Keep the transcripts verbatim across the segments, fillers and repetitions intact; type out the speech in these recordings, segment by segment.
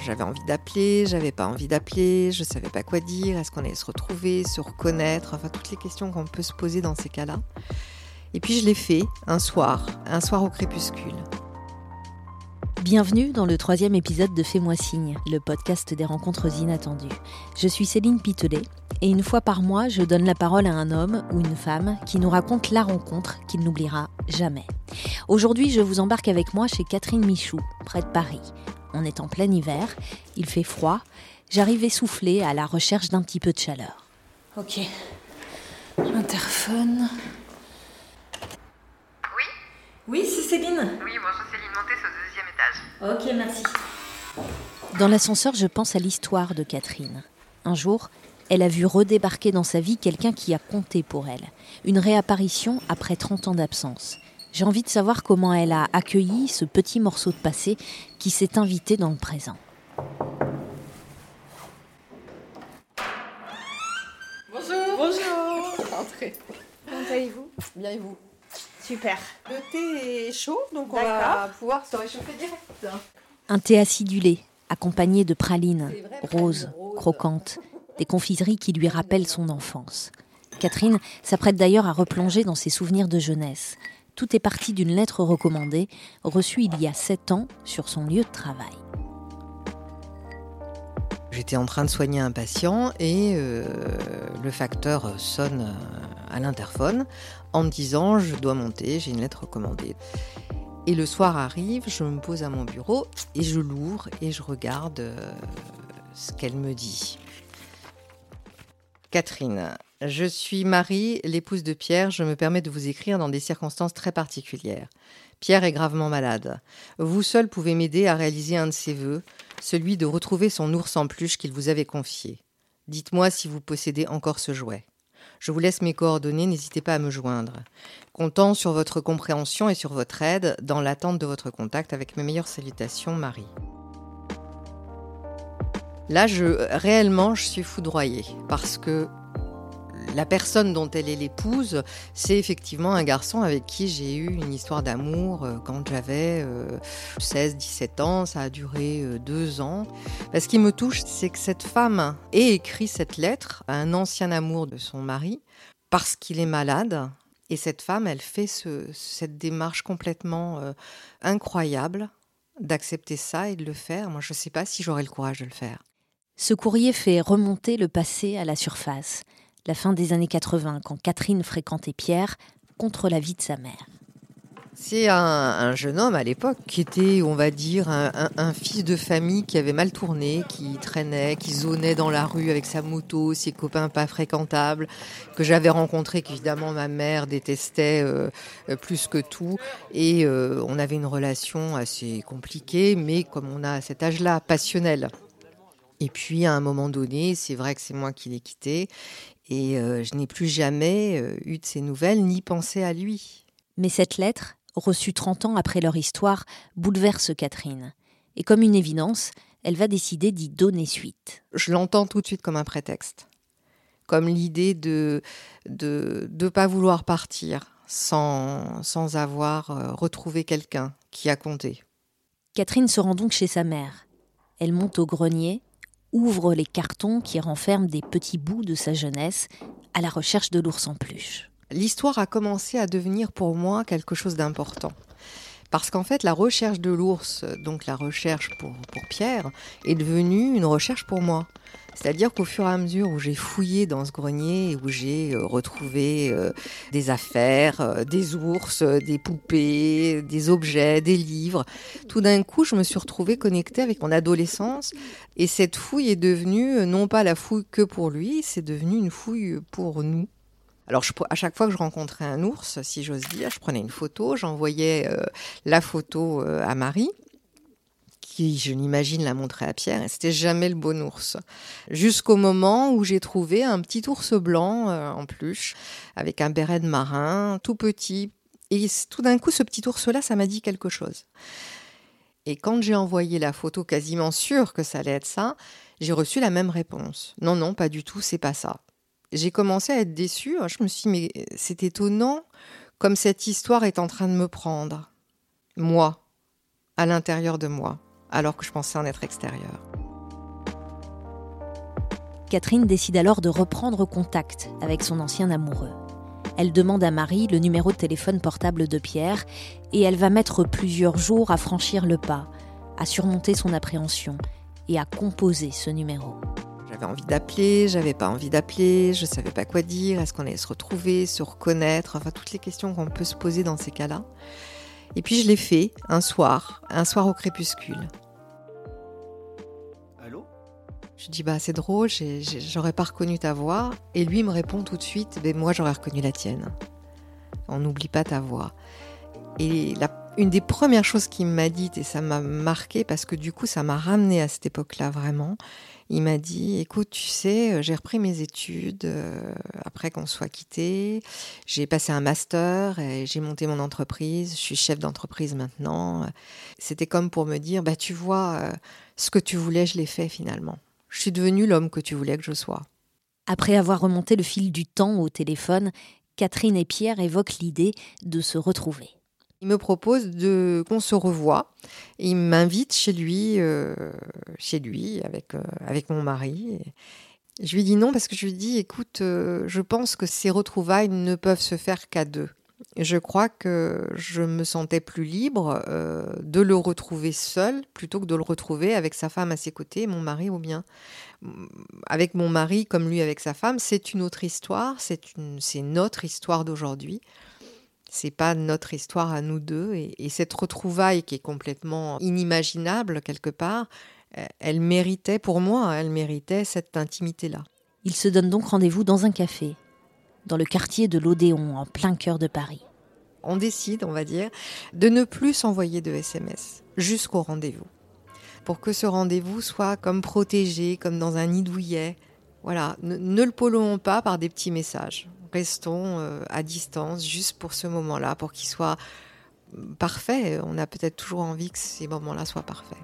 J'avais envie d'appeler, j'avais pas envie d'appeler, je savais pas quoi dire, est-ce qu'on allait se retrouver, se reconnaître, enfin toutes les questions qu'on peut se poser dans ces cas-là. Et puis je l'ai fait un soir, un soir au crépuscule. Bienvenue dans le troisième épisode de Fais-moi signe, le podcast des rencontres inattendues. Je suis Céline Pitelet et une fois par mois, je donne la parole à un homme ou une femme qui nous raconte la rencontre qu'il n'oubliera jamais. Aujourd'hui, je vous embarque avec moi chez Catherine Michou, près de Paris. On est en plein hiver, il fait froid, j'arrive essoufflée à la recherche d'un petit peu de chaleur. Ok, interphone... Oui ? Oui, c'est Céline. Oui, bonjour Céline, montez c'est au deuxième étage. Ok, merci. Dans l'ascenseur, je pense à l'histoire de Catherine. Un jour, elle a vu redébarquer dans sa vie quelqu'un qui a compté pour elle. Une réapparition après trente ans d'absence. J'ai envie de savoir comment elle a accueilli ce petit morceau de passé qui s'est invité dans le présent. Bonjour. Bonjour. Entrez. Comment allez-vous ? Bien et vous ? Super. Le thé est chaud, donc on D'accord. va pouvoir se réchauffer direct. Un thé acidulé, accompagné de pralines, C'est vrai, roses, pralines roses. croquantes, des confiseries qui lui rappellent son enfance. Catherine s'apprête d'ailleurs à replonger dans ses souvenirs de jeunesse. Tout est parti d'une lettre recommandée, reçue il y a sept ans sur son lieu de travail. J'étais en train de soigner un patient et euh, le facteur sonne à l'interphone en me disant « je dois monter, j'ai une lettre recommandée ». Et le soir arrive, je me pose à mon bureau et je l'ouvre et je regarde euh, ce qu'elle me dit. Catherine, je suis Marie, l'épouse de Pierre. Je me permets de vous écrire dans des circonstances très particulières. Pierre est gravement malade. Vous seul pouvez m'aider à réaliser un de ses vœux, celui de retrouver son ours en peluche qu'il vous avait confié. Dites-moi si vous possédez encore ce jouet. Je vous laisse mes coordonnées, n'hésitez pas à me joindre. Comptant sur votre compréhension et sur votre aide, dans l'attente de votre contact, avec mes meilleures salutations, Marie. Là, je, réellement, je suis foudroyée, parce que la personne dont elle est l'épouse, c'est effectivement un garçon avec qui j'ai eu une histoire d'amour quand j'avais seize dix-sept ans, ça a duré deux ans. Ce qui me touche, c'est que cette femme ait écrit cette lettre à un ancien amour de son mari, parce qu'il est malade, et cette femme, elle fait ce, cette démarche complètement euh, incroyable d'accepter ça et de le faire. Moi, je ne sais pas si j'aurais le courage de le faire. Ce courrier fait remonter le passé à la surface. La fin des années quatre-vingts, quand Catherine fréquentait Pierre contre l'avis de sa mère. C'est un, un jeune homme à l'époque qui était, on va dire, un, un, un fils de famille qui avait mal tourné, qui traînait, qui zonait dans la rue avec sa moto, ses copains pas fréquentables, que j'avais rencontré, qu'évidemment ma mère détestait euh, plus que tout. Et euh, on avait une relation assez compliquée, mais comme on a à cet âge-là, passionnelle. Et puis, à un moment donné, c'est vrai que c'est moi qui l'ai quitté. Et euh, je n'ai plus jamais euh, eu de ses nouvelles, ni pensé à lui. Mais cette lettre, reçue trente ans après leur histoire, bouleverse Catherine. Et comme une évidence, elle va décider d'y donner suite. Je l'entends tout de suite comme un prétexte. Comme l'idée de de de pas vouloir partir sans, sans avoir euh, retrouvé quelqu'un qui a compté. Catherine se rend donc chez sa mère. Elle monte au grenier, ouvre les cartons qui renferment des petits bouts de sa jeunesse à la recherche de l'ours en peluche. L'histoire a commencé à devenir pour moi quelque chose d'important. Parce qu'en fait, la recherche de l'ours, donc la recherche pour, pour Pierre, est devenue une recherche pour moi. C'est-à-dire qu'au fur et à mesure où j'ai fouillé dans ce grenier, où j'ai euh, retrouvé euh, des affaires, euh, des ours, euh, des poupées, des objets, des livres, tout d'un coup, je me suis retrouvée connectée avec mon adolescence. Et cette fouille est devenue, euh, non pas la fouille que pour lui, c'est devenu une fouille pour nous. Alors, je, à chaque fois que je rencontrais un ours, si j'ose dire, je prenais une photo, j'envoyais euh, la photo euh, à Marie, qui, je l'imagine, la montrait à Pierre, et c'était jamais le bon ours. Jusqu'au moment où j'ai trouvé un petit ours blanc euh, en peluche, avec un béret de marin, tout petit. Et tout d'un coup, ce petit ours-là, ça m'a dit quelque chose. Et quand j'ai envoyé la photo, quasiment sûre que ça allait être ça, j'ai reçu la même réponse. Non, non, pas du tout, c'est pas ça. J'ai commencé à être déçue. Je me suis dit, mais c'est étonnant comme cette histoire est en train de me prendre. Moi, à l'intérieur de moi, alors que je pensais en être extérieure. Catherine décide alors de reprendre contact avec son ancien amoureux. Elle demande à Marie le numéro de téléphone portable de Pierre et elle va mettre plusieurs jours à franchir le pas, à surmonter son appréhension et à composer ce numéro. J'avais envie d'appeler, j'avais pas envie d'appeler, je savais pas quoi dire, est-ce qu'on allait se retrouver, se reconnaître, enfin toutes les questions qu'on peut se poser dans ces cas-là. Et puis je l'ai fait un soir, un soir au crépuscule. Allô ? Je dis bah c'est drôle, j'ai, j'ai, j'aurais pas reconnu ta voix. Et lui me répond tout de suite, ben moi j'aurais reconnu la tienne. On n'oublie pas ta voix. Et la Une des premières choses qu'il m'a dites, et ça m'a marqué parce que du coup ça m'a ramené à cette époque-là vraiment, il m'a dit, écoute, tu sais, j'ai repris mes études euh, après qu'on soit quittés, j'ai passé un master et j'ai monté mon entreprise, je suis chef d'entreprise maintenant. C'était comme pour me dire, bah tu vois, euh, ce que tu voulais, je l'ai fait finalement. Je suis devenue l'homme que tu voulais que je sois. Après avoir remonté le fil du temps au téléphone, Catherine et Pierre évoquent l'idée de se retrouver. Il me propose de, qu'on se revoie. Il m'invite chez lui, euh, chez lui avec, euh, avec mon mari. Et je lui dis non parce que je lui dis, écoute, euh, je pense que ces retrouvailles ne peuvent se faire qu'à deux. Et je crois que je me sentais plus libre euh, de le retrouver seul plutôt que de le retrouver avec sa femme à ses côtés, mon mari ou bien. Avec mon mari comme lui avec sa femme, c'est une autre histoire, c'est, une, c'est notre histoire d'aujourd'hui. C'est pas notre histoire à nous deux. Et, et cette retrouvaille qui est complètement inimaginable quelque part, elle méritait, pour moi, elle méritait cette intimité-là. Ils se donnent donc rendez-vous dans un café, dans le quartier de l'Odéon, en plein cœur de Paris. On décide, on va dire, de ne plus s'envoyer de S M S jusqu'au rendez-vous. Pour que ce rendez-vous soit comme protégé, comme dans un nid douillet. Voilà, ne, ne le polluons pas par des petits messages. Restons euh, à distance juste pour ce moment-là, pour qu'il soit parfait. On a peut-être toujours envie que ces moments-là soient parfaits.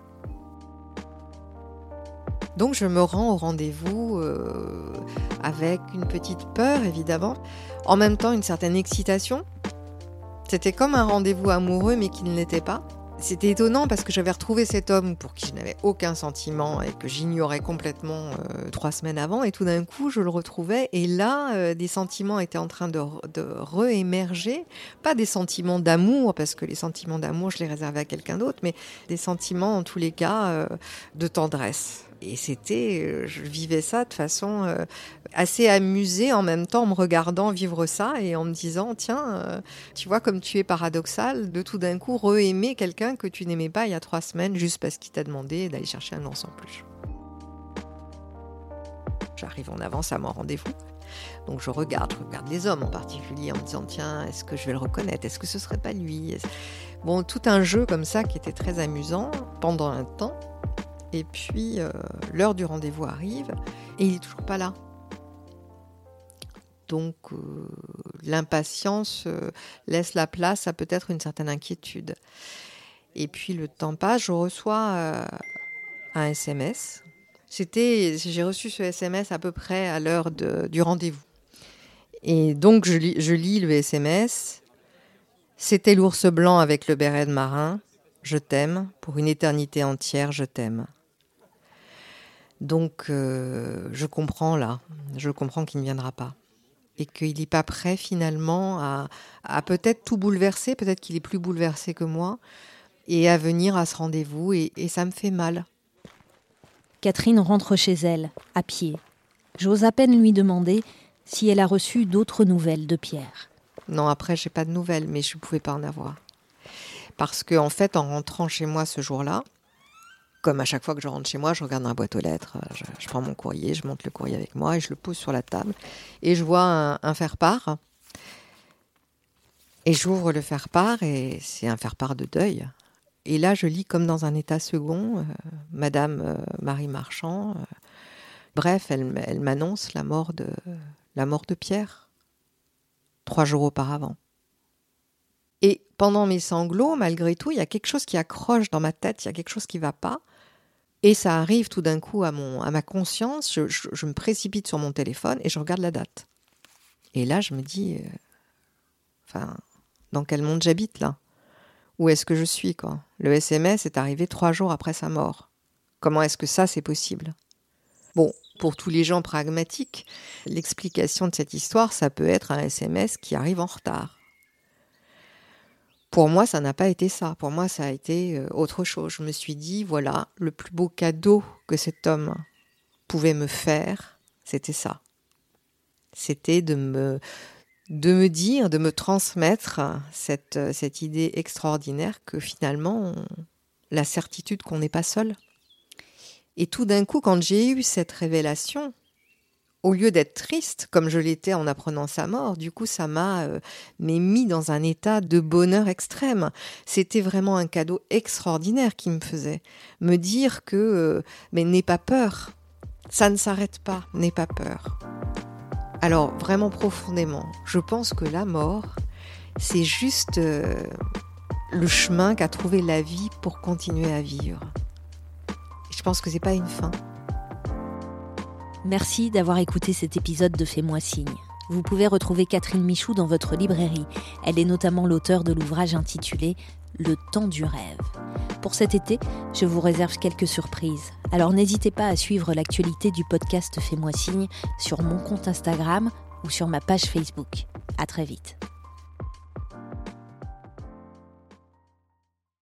Donc je me rends au rendez-vous euh, avec une petite peur, évidemment. En même temps, une certaine excitation. C'était comme un rendez-vous amoureux, mais qui ne l'était pas. C'était étonnant parce que j'avais retrouvé cet homme pour qui je n'avais aucun sentiment et que j'ignorais complètement euh, trois semaines avant. Et tout d'un coup, je le retrouvais. Et là, euh, des sentiments étaient en train de, de re-émerger. Pas des sentiments d'amour, parce que les sentiments d'amour, je les réservais à quelqu'un d'autre, mais des sentiments, en tous les cas, euh, de tendresse. Et c'était, je vivais ça de façon euh, assez amusée en même temps en me regardant vivre ça et en me disant, tiens, euh, tu vois comme tu es paradoxal de tout d'un coup re-aimer quelqu'un que tu n'aimais pas il y a trois semaines juste parce qu'il t'a demandé d'aller chercher un ours en peluche. J'arrive en avance à mon rendez-vous. Donc je regarde, je regarde les hommes en particulier en me disant, tiens, est-ce que je vais le reconnaître ? Est-ce que ce serait pas lui ? Bon, tout un jeu comme ça qui était très amusant pendant un temps. Et puis, euh, l'heure du rendez-vous arrive et il n'est toujours pas là. Donc, euh, l'impatience euh, laisse la place à peut-être une certaine inquiétude. Et puis, le temps passe, je reçois euh, un S M S. C'était, j'ai reçu ce S M S à peu près à l'heure de, du rendez-vous. Et donc, je lis, je lis le S M S. C'était l'ours blanc avec le béret de marin. Je t'aime, pour une éternité entière, je t'aime. Donc, euh, je comprends là, je comprends qu'il ne viendra pas. Et qu'il n'est pas prêt finalement à, à peut-être tout bouleverser, peut-être qu'il est plus bouleversé que moi, et à venir à ce rendez-vous, et, et ça me fait mal. Catherine rentre chez elle, à pied. J'ose à peine lui demander si elle a reçu d'autres nouvelles de Pierre. Non, après, je n'ai pas de nouvelles, mais je ne pouvais pas en avoir. Parce qu'en en fait, en rentrant chez moi ce jour-là, comme à chaque fois que je rentre chez moi, je regarde dans la boîte aux lettres, je, je prends mon courrier, je monte le courrier avec moi et je le pose sur la table. Et je vois un, un faire-part. Et j'ouvre le faire-part et c'est un faire-part de deuil. Et là, je lis comme dans un état second, euh, Madame euh, Marie Marchand. Euh, bref, elle, elle m'annonce la mort de, la mort de Pierre, trois jours auparavant. Et pendant mes sanglots, malgré tout, il y a quelque chose qui accroche dans ma tête, il y a quelque chose qui ne va pas. Et ça arrive tout d'un coup à, mon, à ma conscience, je, je, je me précipite sur mon téléphone et je regarde la date. Et là, je me dis, euh, enfin, dans quel monde j'habite là ? Où est-ce que je suis, quoi ? Le S M S est arrivé trois jours après sa mort. Comment est-ce que ça, c'est possible ? Bon, Pour tous les gens pragmatiques, l'explication de cette histoire, ça peut être un S M S qui arrive en retard. Pour moi, ça n'a pas été ça. Pour moi, ça a été autre chose. Je me suis dit, voilà, le plus beau cadeau que cet homme pouvait me faire, c'était ça. C'était de me, de me dire, de me transmettre cette, cette idée extraordinaire que finalement, on, la certitude qu'on n'est pas seul. Et tout d'un coup, quand j'ai eu cette révélation, au lieu d'être triste, comme je l'étais en apprenant sa mort, du coup, ça m'a euh, mis dans un état de bonheur extrême. C'était vraiment un cadeau extraordinaire qu'il me faisait. Me dire que, euh, mais n'aie pas peur, ça ne s'arrête pas, n'aie pas peur. Alors, vraiment profondément, je pense que la mort, c'est juste euh, le chemin qu'a trouvé la vie pour continuer à vivre. Je pense que c'est pas une fin. Merci d'avoir écouté cet épisode de Fais-moi signe. Vous pouvez retrouver Catherine Michoud dans votre librairie. Elle est notamment l'auteure de l'ouvrage intitulé « Le temps du rêve ». Pour cet été, je vous réserve quelques surprises. Alors n'hésitez pas à suivre l'actualité du podcast Fais-moi signe sur mon compte Instagram ou sur ma page Facebook. À très vite.